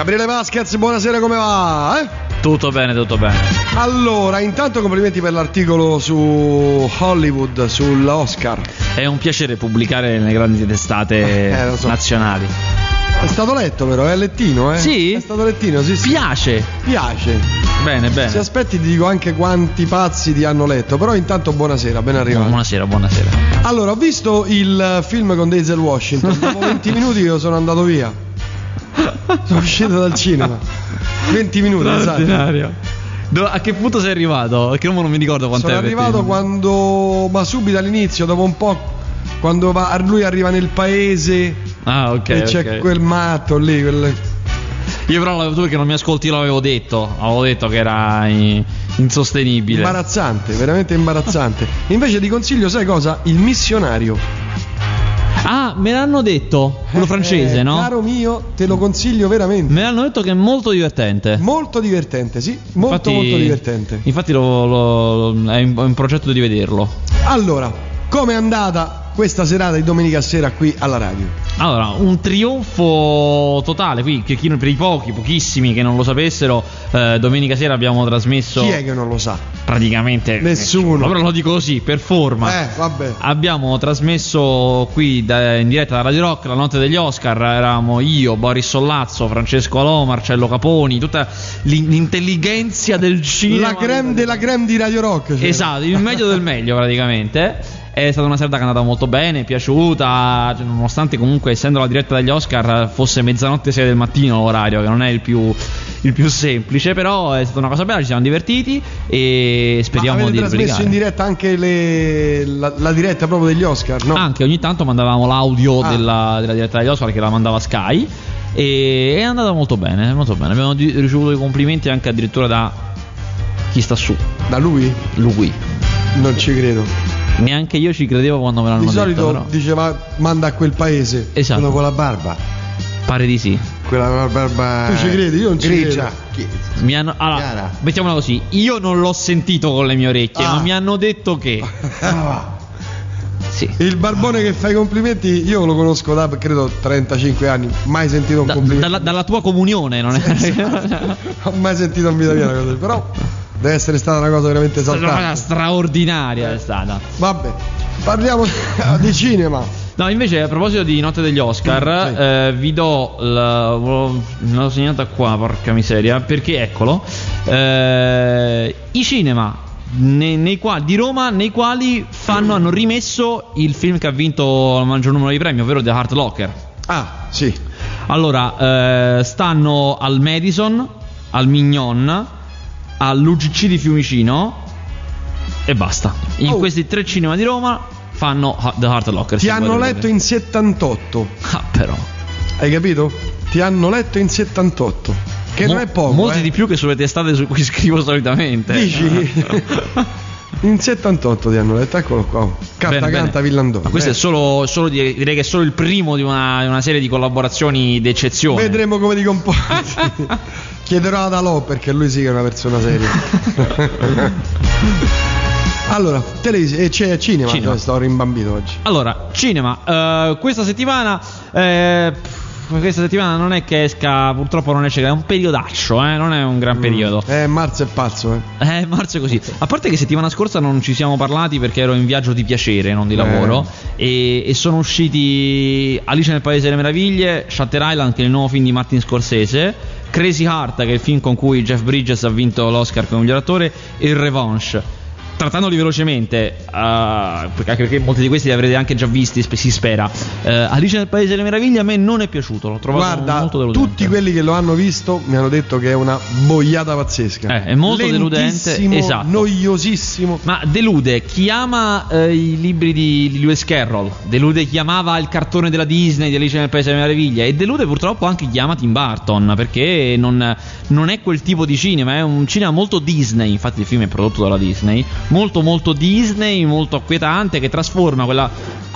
Gabriele Vasquez, buonasera, come va? Tutto bene, tutto bene. Allora, intanto complimenti per l'articolo su Hollywood, sull'Oscar. È un piacere pubblicare nelle grandi testate nazionali. È stato letto però, è lettino, eh? Sì? È stato lettino, sì. Piace. Bene. Se aspetti ti dico anche quanti pazzi ti hanno letto, però intanto buonasera, ben arrivato. Buonasera. Allora, ho visto il film con Denzel Washington, dopo 20 minuti io sono andato via. Sono uscito dal cinema. 20 minuti, straordinario. A che punto sei arrivato? Perché non mi ricordo quanto sono arrivato quando, ma subito all'inizio, dopo un po', quando lui arriva nel paese. Ah, ok. E c'è quel matto lì, Io però tu che non mi ascolti l'avevo detto. Avevo detto che era insostenibile. Imbarazzante, veramente imbarazzante. Invece ti consiglio, sai cosa? Il Missionario. Ah, me l'hanno detto, quello francese, no? Caro mio, te lo consiglio veramente. Me l'hanno detto che è molto divertente. Molto divertente, sì, molto divertente. Infatti è un progetto di vederlo. Allora, com'è andata questa serata di domenica sera qui alla radio? Allora, un trionfo totale qui, per i pochissimi che non lo sapessero, domenica sera abbiamo trasmesso. Chi è che non lo sa? Praticamente nessuno. Però lo dico così, per forma. Vabbè. Abbiamo trasmesso qui in diretta da Radio Rock la notte degli Oscar. Eravamo io, Boris Sollazzo, Francesco Alò, Marcello Caponi, tutta l'intelligenza del cinema. La creme della creme di Radio Rock. Cioè. Esatto, il meglio del meglio praticamente. È stata una serata che è andata molto bene, piaciuta, nonostante comunque essendo la diretta degli Oscar fosse mezzanotte 6 del mattino l'orario, che non è il più semplice, però è stata una cosa bella, ci siamo divertiti e speriamo di trasmesso replicare. In diretta anche la diretta proprio degli Oscar, no? Anche, ogni tanto mandavamo l'audio della diretta degli Oscar che la mandava Sky e è andata molto bene, molto bene. Abbiamo ricevuto i complimenti anche addirittura da chi sta su. Da lui? Lui. Non ci credo. Neanche io ci credevo quando me l'hanno detto. Di solito però diceva manda a quel paese. Esatto. Quello con la barba. Pare di sì. Quella barba. Tu ci credi? Io non ci credo. Allora, mettiamola così. Io non l'ho sentito con le mie orecchie, ma mi hanno detto che sì. Il barbone che fa i complimenti io lo conosco da credo 35 anni. Mai sentito un complimento. Dalla tua comunione, non è? Ho mai sentito in vita mia una cosa. Però deve essere stata una cosa veramente esaltante. Una cosa straordinaria è stata. Vabbè, parliamo di cinema. No, invece a proposito di Notte degli Oscar, vi do l'ho segnata qua, porca miseria, perché eccolo, i cinema di Roma nei quali hanno rimesso il film che ha vinto il maggior numero di premi, ovvero The Hurt Locker. Ah, sì. Allora, stanno al Madison, al Mignon, all'UGC di Fiumicino e basta. In questi 3 cinema di Roma fanno The Hurt Locker. Ti hanno letto in 78. Ah, però. Hai capito? Ti hanno letto in 78. Che non è poco. Molti di più che sulle testate su cui scrivo solitamente. Dici? In 78 ti hanno letto, eccolo qua. Canta Villandone. Ma questo è solo direi che è solo il primo di una serie di collaborazioni d'eccezione. Vedremo come ti comporti. Chiederò ad Alò, perché lui sì che è una persona seria. Allora, c'è cinema. Sto rimbambito oggi. Allora, cinema. Questa settimana non è che esca, purtroppo non esce, è un periodaccio, non è un gran periodo. Marzo è pazzo, Marzo è così. A parte che settimana scorsa non ci siamo parlati perché ero in viaggio di piacere, non di lavoro, e sono usciti Alice nel Paese delle Meraviglie, Shutter Island, che è il nuovo film di Martin Scorsese, Crazy Heart, che è il film con cui Jeff Bridges ha vinto l'Oscar come miglior attore, e Revenge. Trattandoli velocemente, anche perché molti di questi li avrete anche già visti, si spera. Alice nel Paese delle Meraviglie a me non è piaciuto, l'ho trovato molto deludente. Tutti quelli che lo hanno visto mi hanno detto che è una boiata pazzesca. È molto deludente, esatto. Noiosissimo. Ma delude chi ama i libri di Lewis Carroll, delude chi amava il cartone della Disney di Alice nel Paese delle Meraviglie, e delude purtroppo anche chi ama Tim Burton, perché non è quel tipo di cinema, è un cinema molto Disney. Infatti il film è prodotto dalla Disney, molto molto Disney, molto acquietante, che trasforma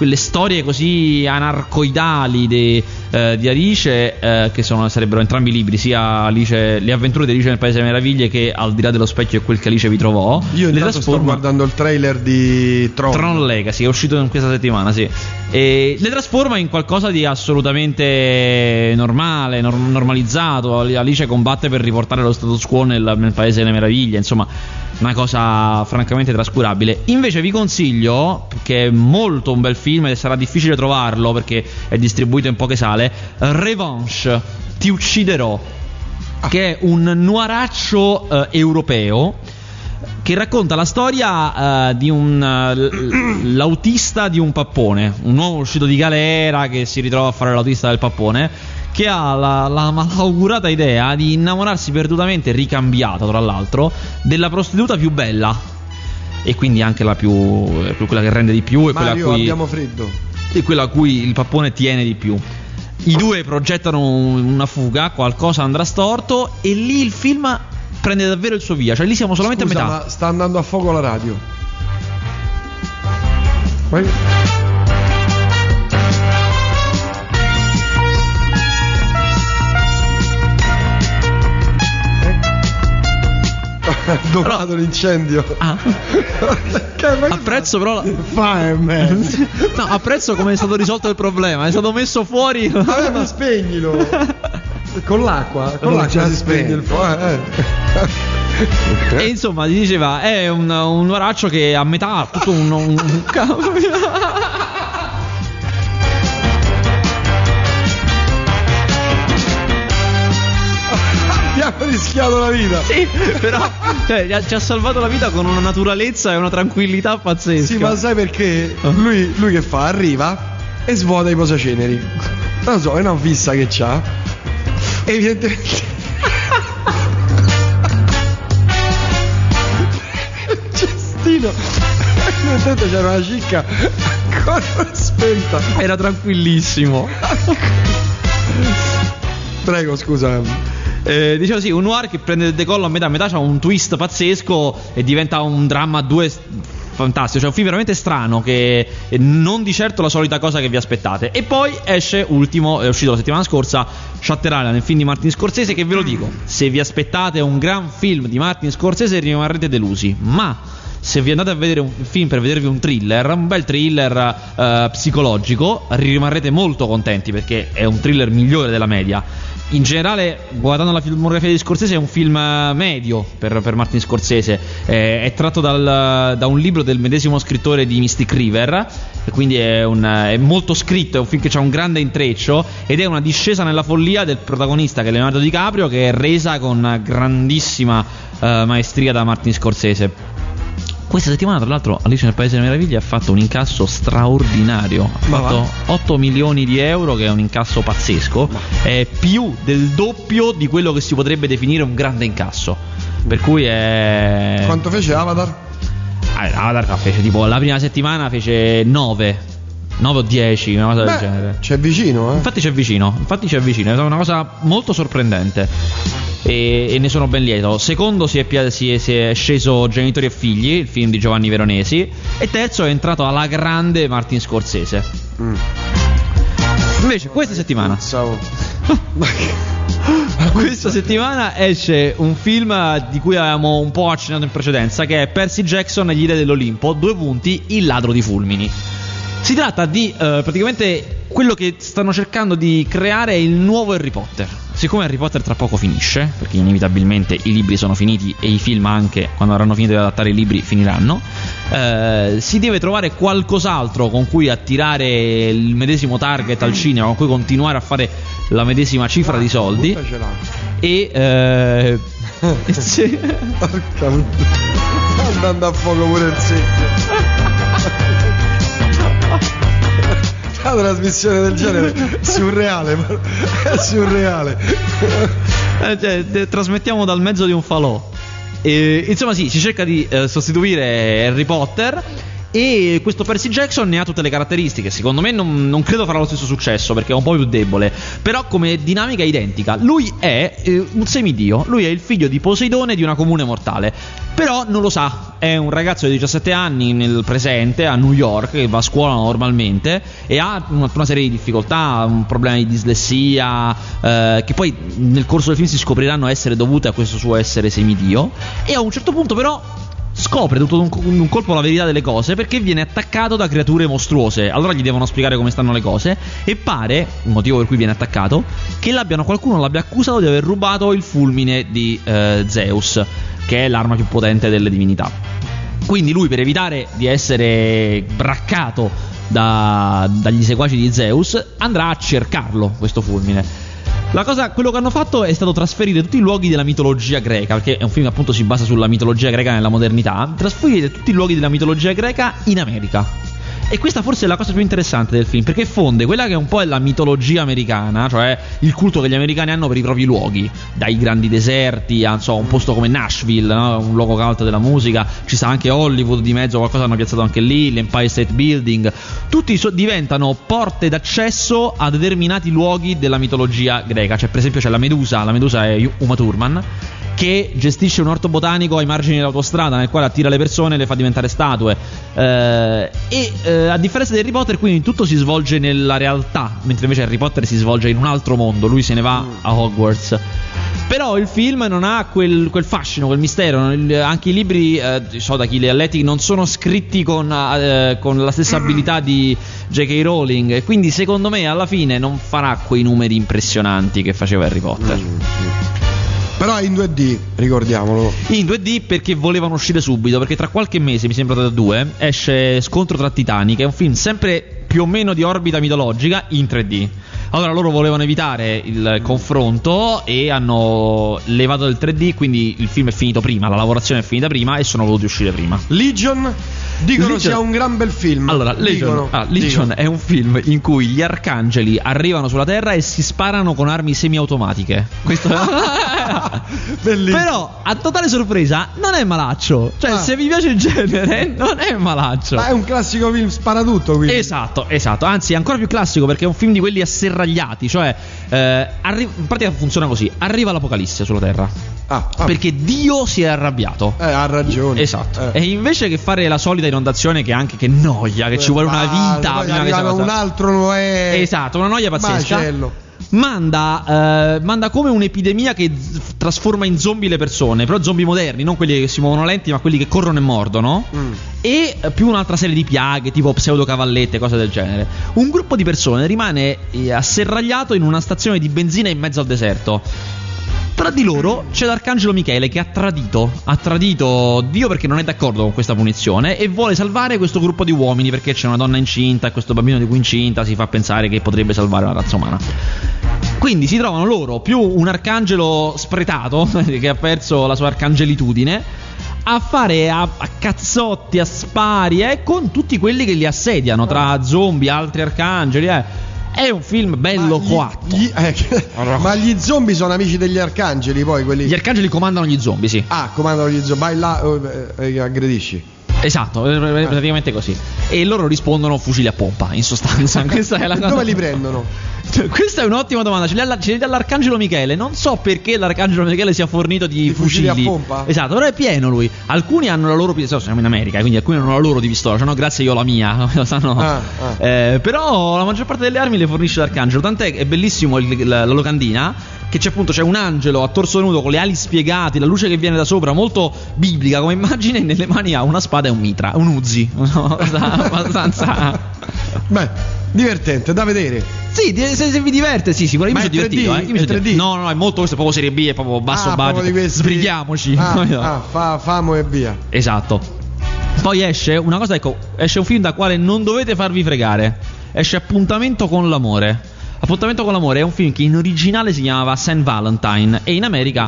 quelle storie così anarcoidali di Alice, che sarebbero entrambi libri, sia Le avventure di Alice nel Paese delle Meraviglie che Al di là dello specchio e quel che Alice vi trovò. Io intanto sto guardando il trailer di Tron Legacy, è uscito in questa settimana, sì. E le trasforma in qualcosa di assolutamente normale, normalizzato. Alice combatte per riportare lo status quo nel Paese delle Meraviglie, insomma una cosa francamente trascurabile. Invece vi consiglio, che è molto un bel film e sarà difficile trovarlo perché è distribuito in poche sale, Revanche, Ti ucciderò, che è un noiraccio europeo che racconta la storia di l'autista di un pappone, un uomo uscito di galera che si ritrova a fare l'autista del pappone, che ha la malaugurata idea di innamorarsi perdutamente, ricambiata tra l'altro, della prostituta più bella, e quindi anche la quella che rende di più, e quella Mario, abbiamo freddo, e quella a cui il pappone tiene di più. I due progettano una fuga, qualcosa andrà storto e lì il film prende davvero il suo via, cioè lì siamo solamente a metà. Ma sta andando a fuoco la radio. Vai. Donato l'incendio. Apprezzo però Fireman. No, apprezzo come è stato risolto il problema. È stato messo fuori. Ma spegnilo. Con l'acqua si spegne il fuoco. E insomma, ti diceva, è un noiraccio che a metà tutto un Abbiamo rischiato la vita. Sì, però ci ha salvato la vita con una naturalezza e una tranquillità pazzesca. Sì, ma sai perché? Lui che fa? Arriva e svuota i posaceneri. Non lo so, è una fissa che c'ha. Evidentemente cestino. Evidentemente c'era una cicca ancora spenta. Era tranquillissimo. Prego, scusa. Dicevo sì, un noir che prende il decollo a metà c'ha un twist pazzesco e diventa un dramma a due fantastico, cioè un film veramente strano, che non di certo la solita cosa che vi aspettate. E poi esce ultimo, è uscito la settimana scorsa, Shutter Island, il film di Martin Scorsese, che ve lo dico, se vi aspettate un gran film di Martin Scorsese rimarrete delusi, ma se vi andate a vedere un film per vedervi un thriller, un bel thriller psicologico, rimarrete molto contenti, perché è un thriller migliore della media. In generale, guardando la filmografia di Scorsese, è un film medio per Martin Scorsese. È tratto da un libro del medesimo scrittore di Mystic River, e quindi è molto scritto, è un film che ha un grande intreccio ed è una discesa nella follia del protagonista, che è Leonardo DiCaprio, che è resa con grandissima maestria da Martin Scorsese. Questa settimana, tra l'altro, Alice nel Paese delle Meraviglie ha fatto un incasso straordinario. Ha fatto 8 milioni di euro, che è un incasso pazzesco. È più del doppio di quello che si potrebbe definire un grande incasso. Per cui è... Quanto fece Avatar? Avatar fece tipo la prima settimana fece 9 o 10, una cosa del genere. C'è vicino, Infatti c'è vicino, è una cosa molto sorprendente. E ne sono ben lieto. Secondo si è sceso Genitori e Figli, il film di Giovanni Veronesi. E terzo è entrato alla grande Martin Scorsese. Invece questa settimana questa settimana esce un film di cui avevamo un po' accennato in precedenza, che è Percy Jackson e gli dei dell'Olimpo, il ladro di fulmini. Si tratta di praticamente quello che stanno cercando di creare, è il nuovo Harry Potter. Siccome Harry Potter tra poco finisce, perché inevitabilmente i libri sono finiti e i film, anche quando avranno finito di adattare i libri, finiranno, si deve trovare qualcos'altro con cui attirare il medesimo target al cinema, con cui continuare a fare la medesima cifra di soldi. E sì. Porca, sta andando a fuoco pure il secchio. Una trasmissione del genere surreale, è surreale. Trasmettiamo dal mezzo di un falò. Insomma sì, si cerca di sostituire Harry Potter, E questo Percy Jackson ne ha tutte le caratteristiche. Secondo me non credo farà lo stesso successo, perché è un po' più debole, però come dinamica è identica. Lui è un semidio, lui è il figlio di Poseidone, di una comune mortale, però non lo sa. È un ragazzo di 17 anni nel presente a New York, che va a scuola normalmente e ha una serie di difficoltà, un problema di dislessia, che poi nel corso del film si scopriranno essere dovute a questo suo essere semidio. E a un certo punto però scopre tutto un colpo la verità delle cose, perché viene attaccato da creature mostruose. Allora gli devono spiegare come stanno le cose, e pare, il motivo per cui viene attaccato, che qualcuno l'abbia accusato di aver rubato il fulmine di Zeus, che è l'arma più potente delle divinità. Quindi lui, per evitare di essere braccato dagli seguaci di Zeus, andrà a cercarlo, questo fulmine. Quello che hanno fatto è stato trasferire tutti i luoghi della mitologia greca, perché è un film che appunto si basa sulla mitologia greca nella modernità. Trasferire tutti i luoghi della mitologia greca in America. E questa forse è la cosa più interessante del film, perché fonde quella che un po' è la mitologia americana, cioè il culto che gli americani hanno per i propri luoghi, dai grandi deserti a un posto come Nashville, no? Un luogo caldo della musica. Ci sta anche Hollywood di mezzo, qualcosa hanno piazzato anche lì, l'Empire State Building. Tutti diventano porte d'accesso a determinati luoghi della mitologia greca. Cioè, per esempio, c'è la Medusa è Uma Thurman, che gestisce un orto botanico ai margini dell'autostrada, nel quale attira le persone e le fa diventare statue. A differenza di Harry Potter, quindi tutto si svolge nella realtà, mentre invece Harry Potter si svolge in un altro mondo. Lui se ne va a Hogwarts. Però il film non ha quel fascino, quel mistero. Anche i libri, so da chi li ha letti, non sono scritti con la stessa abilità di J.K. Rowling. E quindi secondo me alla fine non farà quei numeri impressionanti che faceva Harry Potter. Però è in 2D, ricordiamolo. In 2D perché volevano uscire subito, perché tra qualche mese, mi sembra da 2, esce Scontro tra Titani, che è un film sempre più o meno di orbita mitologica in 3D. Allora loro volevano evitare il confronto e hanno levato il 3D, quindi il film è finito prima, la lavorazione è finita prima e sono voluti uscire prima. Legion dicono sia un gran bel film. Allora, Legion è un film in cui gli arcangeli arrivano sulla Terra e si sparano con armi semiautomatiche. Questo bellissimo. Però a totale sorpresa non è malaccio. Cioè, se vi piace il genere, non è malaccio. Ma è un classico film sparatutto, quindi. Esatto. Anzi, è ancora più classico, perché è un film di quelli asserragliati. Cioè, in pratica funziona così: arriva l'apocalisse sulla Terra. Perché Dio si è arrabbiato. Ha ragione. Esatto. E invece che fare la solita inondazione, che noia, che ci vuole una vita, arriva un altro Noè. Esatto, una noia pazzesca. Macello. Manda come un'epidemia che trasforma in zombie le persone, però zombie moderni, non quelli che si muovono lenti, ma quelli che corrono e mordono. E più un'altra serie di piaghe, tipo pseudocavallette, cose del genere. Un gruppo di persone rimane asserragliato in una stazione di benzina in mezzo al deserto. Tra di loro c'è l'arcangelo Michele, che ha tradito Dio perché non è d'accordo con questa punizione e vuole salvare questo gruppo di uomini, perché c'è una donna incinta e questo bambino di cui incinta si fa pensare che potrebbe salvare la razza umana. Quindi si trovano loro più un arcangelo spretato che ha perso la sua arcangelitudine a fare a cazzotti, a spari, con tutti quelli che li assediano, tra zombie, altri arcangeli. È un film bello coatto. Ma gli zombie sono amici degli arcangeli, poi quelli. Gli arcangeli comandano gli zombie, sì. Comandano gli zombie. Vai là e aggredisci. Esatto, praticamente così. E loro rispondono fucili a pompa, in sostanza. Questa è la cosa. Dove li prendono? Questa è un'ottima domanda. Ce li dà l'arcangelo Michele. Non so perché l'arcangelo Michele sia fornito di fucili a pompa. Esatto, però è pieno lui. Alcuni hanno la loro pistola. Siamo in America, quindi alcuni hanno la loro di pistola. Cioè, no, grazie, io ho la mia. Lo sanno. Però la maggior parte delle armi le fornisce l'arcangelo. Tant'è che è bellissimo la locandina, che c'è un angelo a torso nudo con le ali spiegate, la luce che viene da sopra, molto biblica come immagine. Nelle mani ha una spada e un mitra, un Uzi. Abbastanza. Beh, divertente da vedere. Sì, se vi diverte, sì, sicuramente mi sono divertito. Io 3D? No, è molto, questo è proprio serie B, è proprio basso budget. Sbrighiamoci. Famo e via. Esatto. Poi esce una cosa, esce un film da quale non dovete farvi fregare. Esce Appuntamento con l'amore. Appuntamento con l'amore è un film che in originale si chiamava Saint Valentine e in America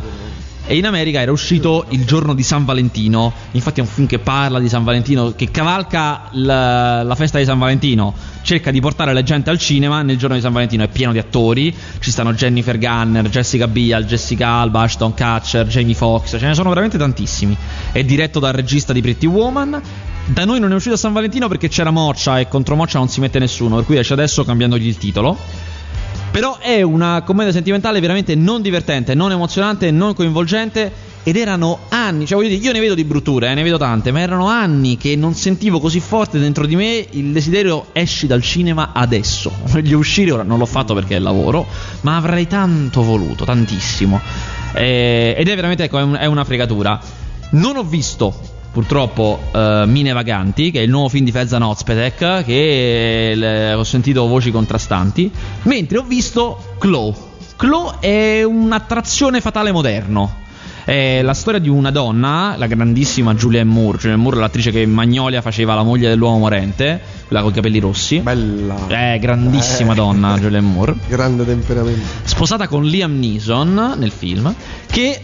era uscito il giorno di San Valentino. Infatti è un film che parla di San Valentino, che cavalca la festa di San Valentino, cerca di portare la gente al cinema nel giorno di San Valentino. È pieno di attori, ci stanno Jennifer Garner, Jessica Biel, Jessica Alba, Ashton Kutcher, Jamie Foxx, ce ne sono veramente tantissimi. È diretto dal regista di Pretty Woman Da noi non è uscito a San Valentino perché c'era Moccia e contro Moccia non si mette nessuno, per cui esce adesso cambiandogli il titolo. Però è una commedia sentimentale veramente non divertente, non emozionante, non coinvolgente. Ed erano anni, cioè voglio dire, io ne vedo di brutture, ne vedo tante, ma erano anni che non sentivo così forte dentro di me il desiderio esci dal cinema adesso. Voglio uscire, ora non l'ho fatto perché è il lavoro, ma avrei tanto voluto, tantissimo. Ed è veramente, ecco, è una fregatura. Non ho visto purtroppo Mine Vaganti, che è il nuovo film di Fezzan Ozpetek, che ho sentito voci contrastanti, mentre ho visto Claw. Claw è un'attrazione fatale moderno. È la storia di una donna, la grandissima Julianne Moore. Julianne Moore è l'attrice che in Magnolia faceva la moglie dell'uomo morente, quella con i capelli rossi. Bella. Grandissima donna Julianne Moore. Grande temperamento. Sposata con Liam Neeson nel film, che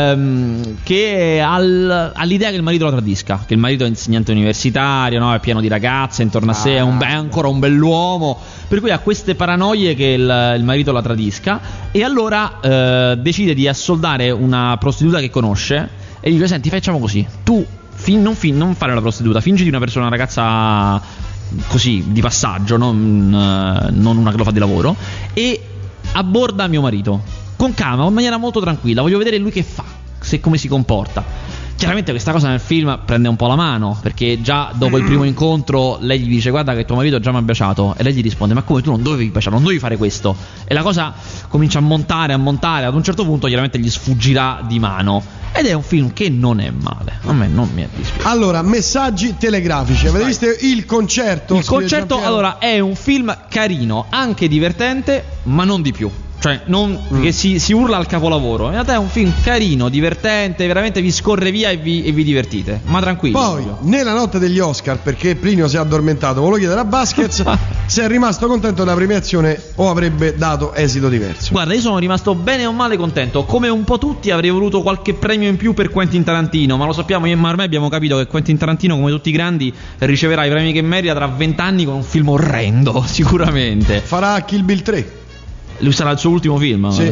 ha l'idea che il marito la tradisca, che il marito è insegnante universitario, no? È pieno di ragazze intorno a sé, è ancora un bell'uomo, per cui ha queste paranoie che il marito la tradisca, e allora decide di assoldare una prostituta che conosce e gli dice: senti, facciamo così, tu non fare la prostituta, fingiti una persona, una ragazza così di passaggio, non una che lo fa di lavoro, e abborda mio marito con calma, in maniera molto tranquilla. Voglio vedere lui che fa, come si comporta. Chiaramente questa cosa nel film prende un po' la mano, perché già dopo il primo incontro lei gli dice: guarda che tuo marito già mi ha baciato, e lei gli risponde: ma come, tu non dovevi baciare, non dovevi fare questo. E la cosa comincia a montare, ad un certo punto chiaramente gli sfuggirà di mano. Ed è un film che non è male, a me non mi è dispiaciuto. Allora, messaggi telegrafici, avete visto Il Concerto? Il Concerto, allora, è un film carino, anche divertente, ma non di più. Cioè, non che si urla al capolavoro. In realtà è un film carino, divertente, veramente vi scorre via e vi divertite. Ma tranquillo. Poi, proprio. Nella notte degli Oscar, perché Plinio si è addormentato, volevo chiedere a Baskets se è rimasto contento della premiazione o avrebbe dato esito diverso. Guarda, io sono rimasto bene o male contento. Come un po' tutti avrei voluto qualche premio in più per Quentin Tarantino, ma lo sappiamo, ma ormai abbiamo capito che Quentin Tarantino, come tutti i grandi, riceverà i premi che merita tra 20 anni con un film orrendo, sicuramente. Farà Kill Bill 3. Lui sarà il suo ultimo film. Sì.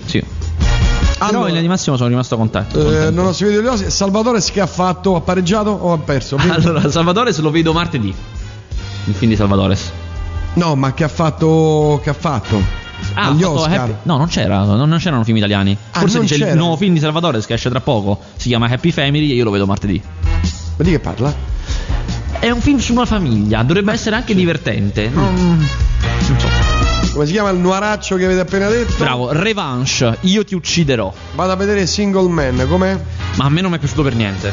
Però in linea di massimo sono rimasto contento. Non ho seguito le cose. Salvatores che ha fatto? Ha pareggiato o ha perso? Allora, Salvatores lo vedo martedì. Il film di Salvatores. No, ma che ha fatto? Agli Oscar. No, non c'erano film italiani. Forse dice il nuovo film di Salvatores che esce tra poco. Si chiama Happy Family e io lo vedo martedì. Ma di che parla? È un film su una famiglia. Dovrebbe essere anche divertente. Non so. Come si chiama il noiraccio che avete appena detto? Bravo, Revanche, io ti ucciderò. Vado a vedere Single Man, com'è? Ma a me non mi è piaciuto per niente.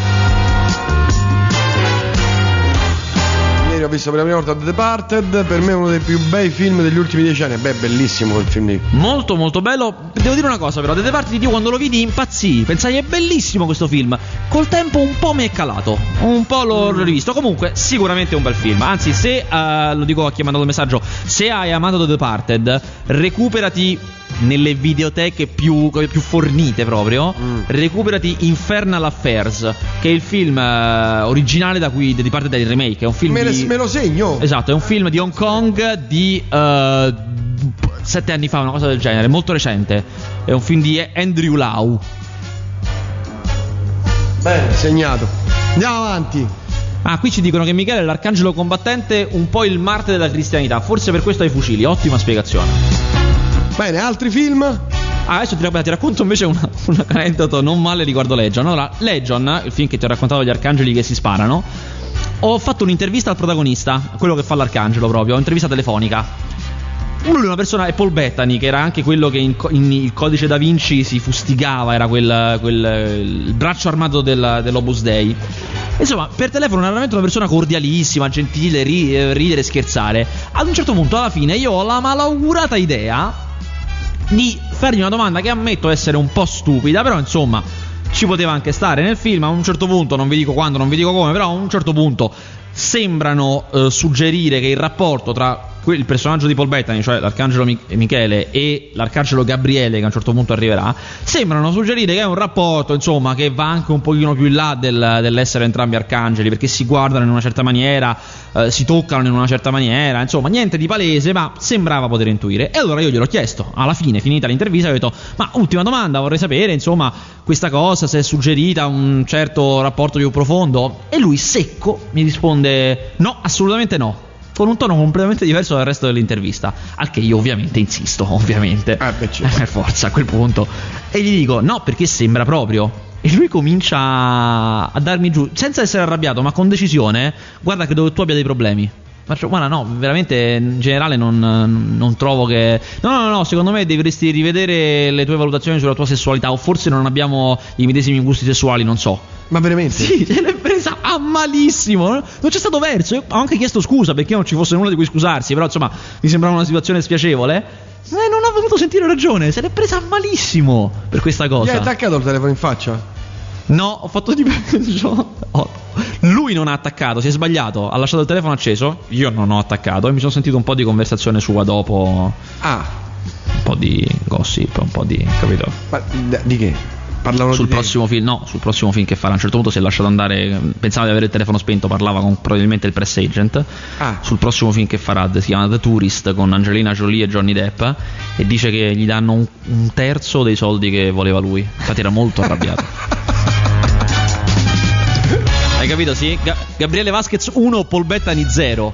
Ieri ho visto per la prima volta The Departed, per me è uno dei più bei film degli ultimi 10 anni. Beh, bellissimo quel film lì. Molto molto bello. Devo dire una cosa però, The Departed io quando lo vidi impazzii. Pensai è bellissimo questo film. Col tempo un po' mi è calato, un po' l'ho rivisto. Comunque sicuramente è un bel film. Anzi, se lo dico a chi ha mandato il messaggio, se hai amato The Departed, recuperati nelle videoteche più fornite proprio. Recuperati Infernal Affairs, che è il film originale da cui The Departed è il remake. È un film me lo segno. Esatto, è un film di Hong Kong di 7 anni fa, una cosa del genere, molto recente. È un film di Andrew Lau. Bene, segnato. Andiamo avanti. Qui ci dicono che Michele è l'arcangelo combattente, un po' il Marte della cristianità. Forse per questo ha i fucili. Ottima spiegazione. Bene, altri film? Adesso ti racconto invece una aneddoto non male riguardo Legion. Allora, Legion, il film che ti ho raccontato, gli arcangeli che si sparano, ho fatto un'intervista al protagonista, quello che fa l'arcangelo proprio, un'intervista telefonica. Lui è una persona, è Paul Bettany, che era anche quello che in il Codice Da Vinci si fustigava, era il braccio armato dell'Opus Dei. Insomma, per telefono era veramente una persona cordialissima, gentile, ridere e scherzare. Ad un certo punto, alla fine, io ho la malaugurata idea di fargli una domanda che ammetto essere un po' stupida, però insomma ci poteva anche stare nel film. A un certo punto, non vi dico quando, non vi dico come, però a un certo punto sembrano suggerire che il rapporto tra il personaggio di Paul Bettany, cioè l'arcangelo Michele e l'arcangelo Gabriele, che a un certo punto arriverà, sembrano suggerire che è un rapporto, insomma, che va anche un pochino più in là dell'essere entrambi arcangeli, perché si guardano in una certa maniera, si toccano in una certa maniera, insomma niente di palese, ma sembrava poter intuire. E allora io gliel'ho chiesto, alla fine, finita l'intervista, ho detto: ma ultima domanda, vorrei sapere, insomma, questa cosa, se è suggerita un certo rapporto più profondo. E lui, secco, mi risponde: no, assolutamente no, con un tono completamente diverso dal resto dell'intervista. Al che io ovviamente insisto, ovviamente, per forza a quel punto, e gli dico: no, perché sembra proprio. E lui comincia a darmi giù, senza essere arrabbiato, ma con decisione: guarda, credo che tu abbia dei problemi. Faccio: guarda, no, veramente in generale non trovo che... No, secondo me dovresti rivedere le tue valutazioni sulla tua sessualità, o forse non abbiamo i medesimi gusti sessuali, non so. Ma veramente? Sì, se l'è presa a malissimo. Non c'è stato verso. Io ho anche chiesto scusa perché non ci fosse nulla di cui scusarsi, però insomma mi sembrava una situazione spiacevole. Non ha voluto sentire ragione, se l'è presa a malissimo per questa cosa. Gli hai attaccato il telefono in faccia? No, ho fatto di peggio. Lui non ha attaccato, si è sbagliato, ha lasciato il telefono acceso. Io non ho attaccato e mi sono sentito un po' di conversazione sua dopo. Un po' di gossip, un po' di... capito? Ma di che? Parlavano sul di prossimo film, no, sul prossimo film che farà. A un certo punto si è lasciato andare, pensava di avere il telefono spento, parlava con probabilmente il press agent. Sul prossimo film che farà, si chiama The Tourist, con Angelina Jolie e Johnny Depp, e dice che gli danno un terzo dei soldi che voleva lui. Infatti era molto arrabbiato. Hai capito, sì? Gabriele Vasquez 1, Paul Bettany 0.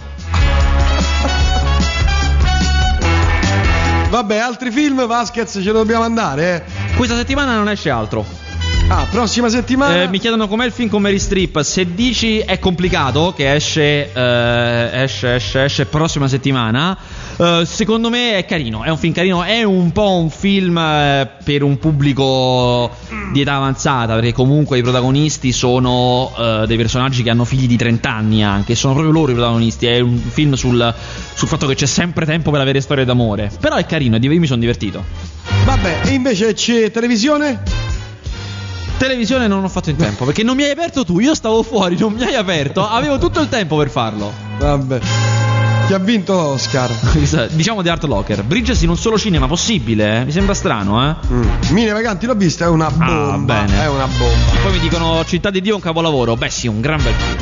Vabbè, altri film, Vasquez, ce lo dobbiamo andare, Questa settimana non esce altro. Prossima settimana. Mi chiedono com'è il film con Meryl Streep. Se dici è complicato, che esce prossima settimana, secondo me è carino. È un film carino. È un po' un film per un pubblico di età avanzata, perché comunque i protagonisti sono dei personaggi che hanno figli di 30 anni anche. Sono proprio loro i protagonisti. È un film sul fatto che c'è sempre tempo per avere storie d'amore. Però è carino, io mi sono divertito. Vabbè, e invece c'è televisione? Televisione non ho fatto in tempo, perché non mi hai aperto tu, io stavo fuori, non mi hai aperto, avevo tutto il tempo per farlo. Vabbè. Chi ha vinto l'Oscar? Diciamo The Art Locker. Bridges in un solo cinema, possibile? Mi sembra strano, Mine Vaganti l'ho vista, è una bomba. Bene. È una bomba. Poi mi dicono Città di Dio è un capolavoro. Beh sì, un gran bel film.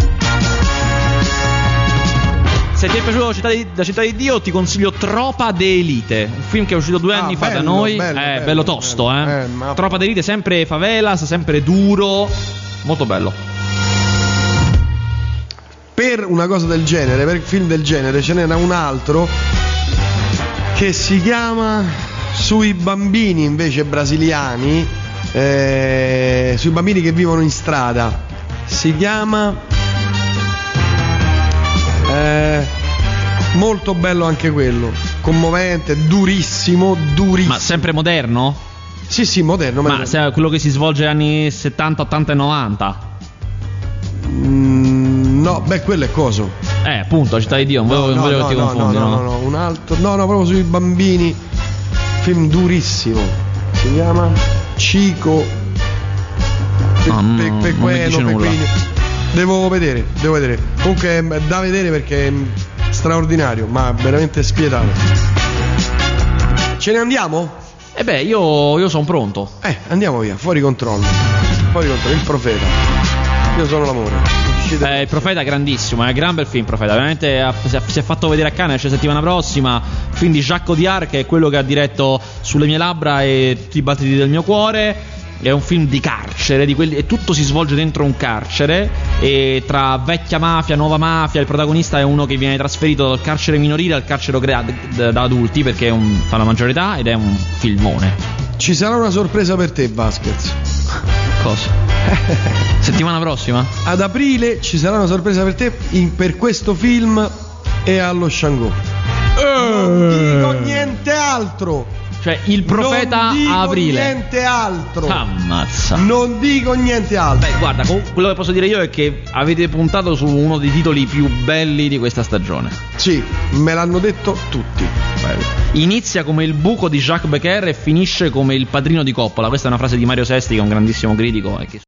Se ti è piaciuto la Città di Dio, ti consiglio Tropa de Elite, un film che è uscito 2 anni fa da noi. Bello tosto, ma... Tropa de Elite, sempre favelas, sempre duro, molto bello. Per una cosa del genere, per film del genere, ce n'era un altro che si chiama Sui bambini invece brasiliani, sui bambini che vivono in strada. Si chiama... molto bello anche quello, commovente, durissimo. Ma sempre moderno? Sì, moderno. Ma quello che si svolge anni 70, 80 e 90? No, quello è coso. Appunto, Città di Dio, non volevo che ti confondi. No, un altro. No, proprio sui bambini. Film durissimo. Si chiama Chico. Non mi dice nulla. Devo vedere. Comunque è da vedere perché è straordinario, ma veramente spietato. Ce ne andiamo? Io sono pronto. Andiamo via, fuori controllo. Il profeta. Io sono l'amore. Il profeta è grandissimo, è un gran bel film. Profeta, veramente si è fatto vedere a Cannes, esce settimana prossima. Film di Jacques Audiard, che è quello che ha diretto Sulle mie labbra e Tutti i battiti del mio cuore. È un film di carcere, e tutto si svolge dentro un carcere, e tra vecchia mafia, nuova mafia, il protagonista è uno che viene trasferito dal carcere minorile al carcere da adulti, perché fa la maggiore età, ed è un filmone. Ci sarà una sorpresa per te, Vasquez. Cosa? Settimana prossima? Ad aprile ci sarà una sorpresa per te per questo film e allo Shanghai. Non dico niente altro. Cioè il profeta a aprile. Non dico niente altro. Ammazza. Non dico niente altro. Guarda, quello che posso dire io è che avete puntato su uno dei titoli più belli di questa stagione. Sì, me l'hanno detto tutti. Bello. Inizia come Il buco di Jacques Becker e finisce come Il padrino di Coppola. Questa è una frase di Mario Sesti, che è un grandissimo critico e che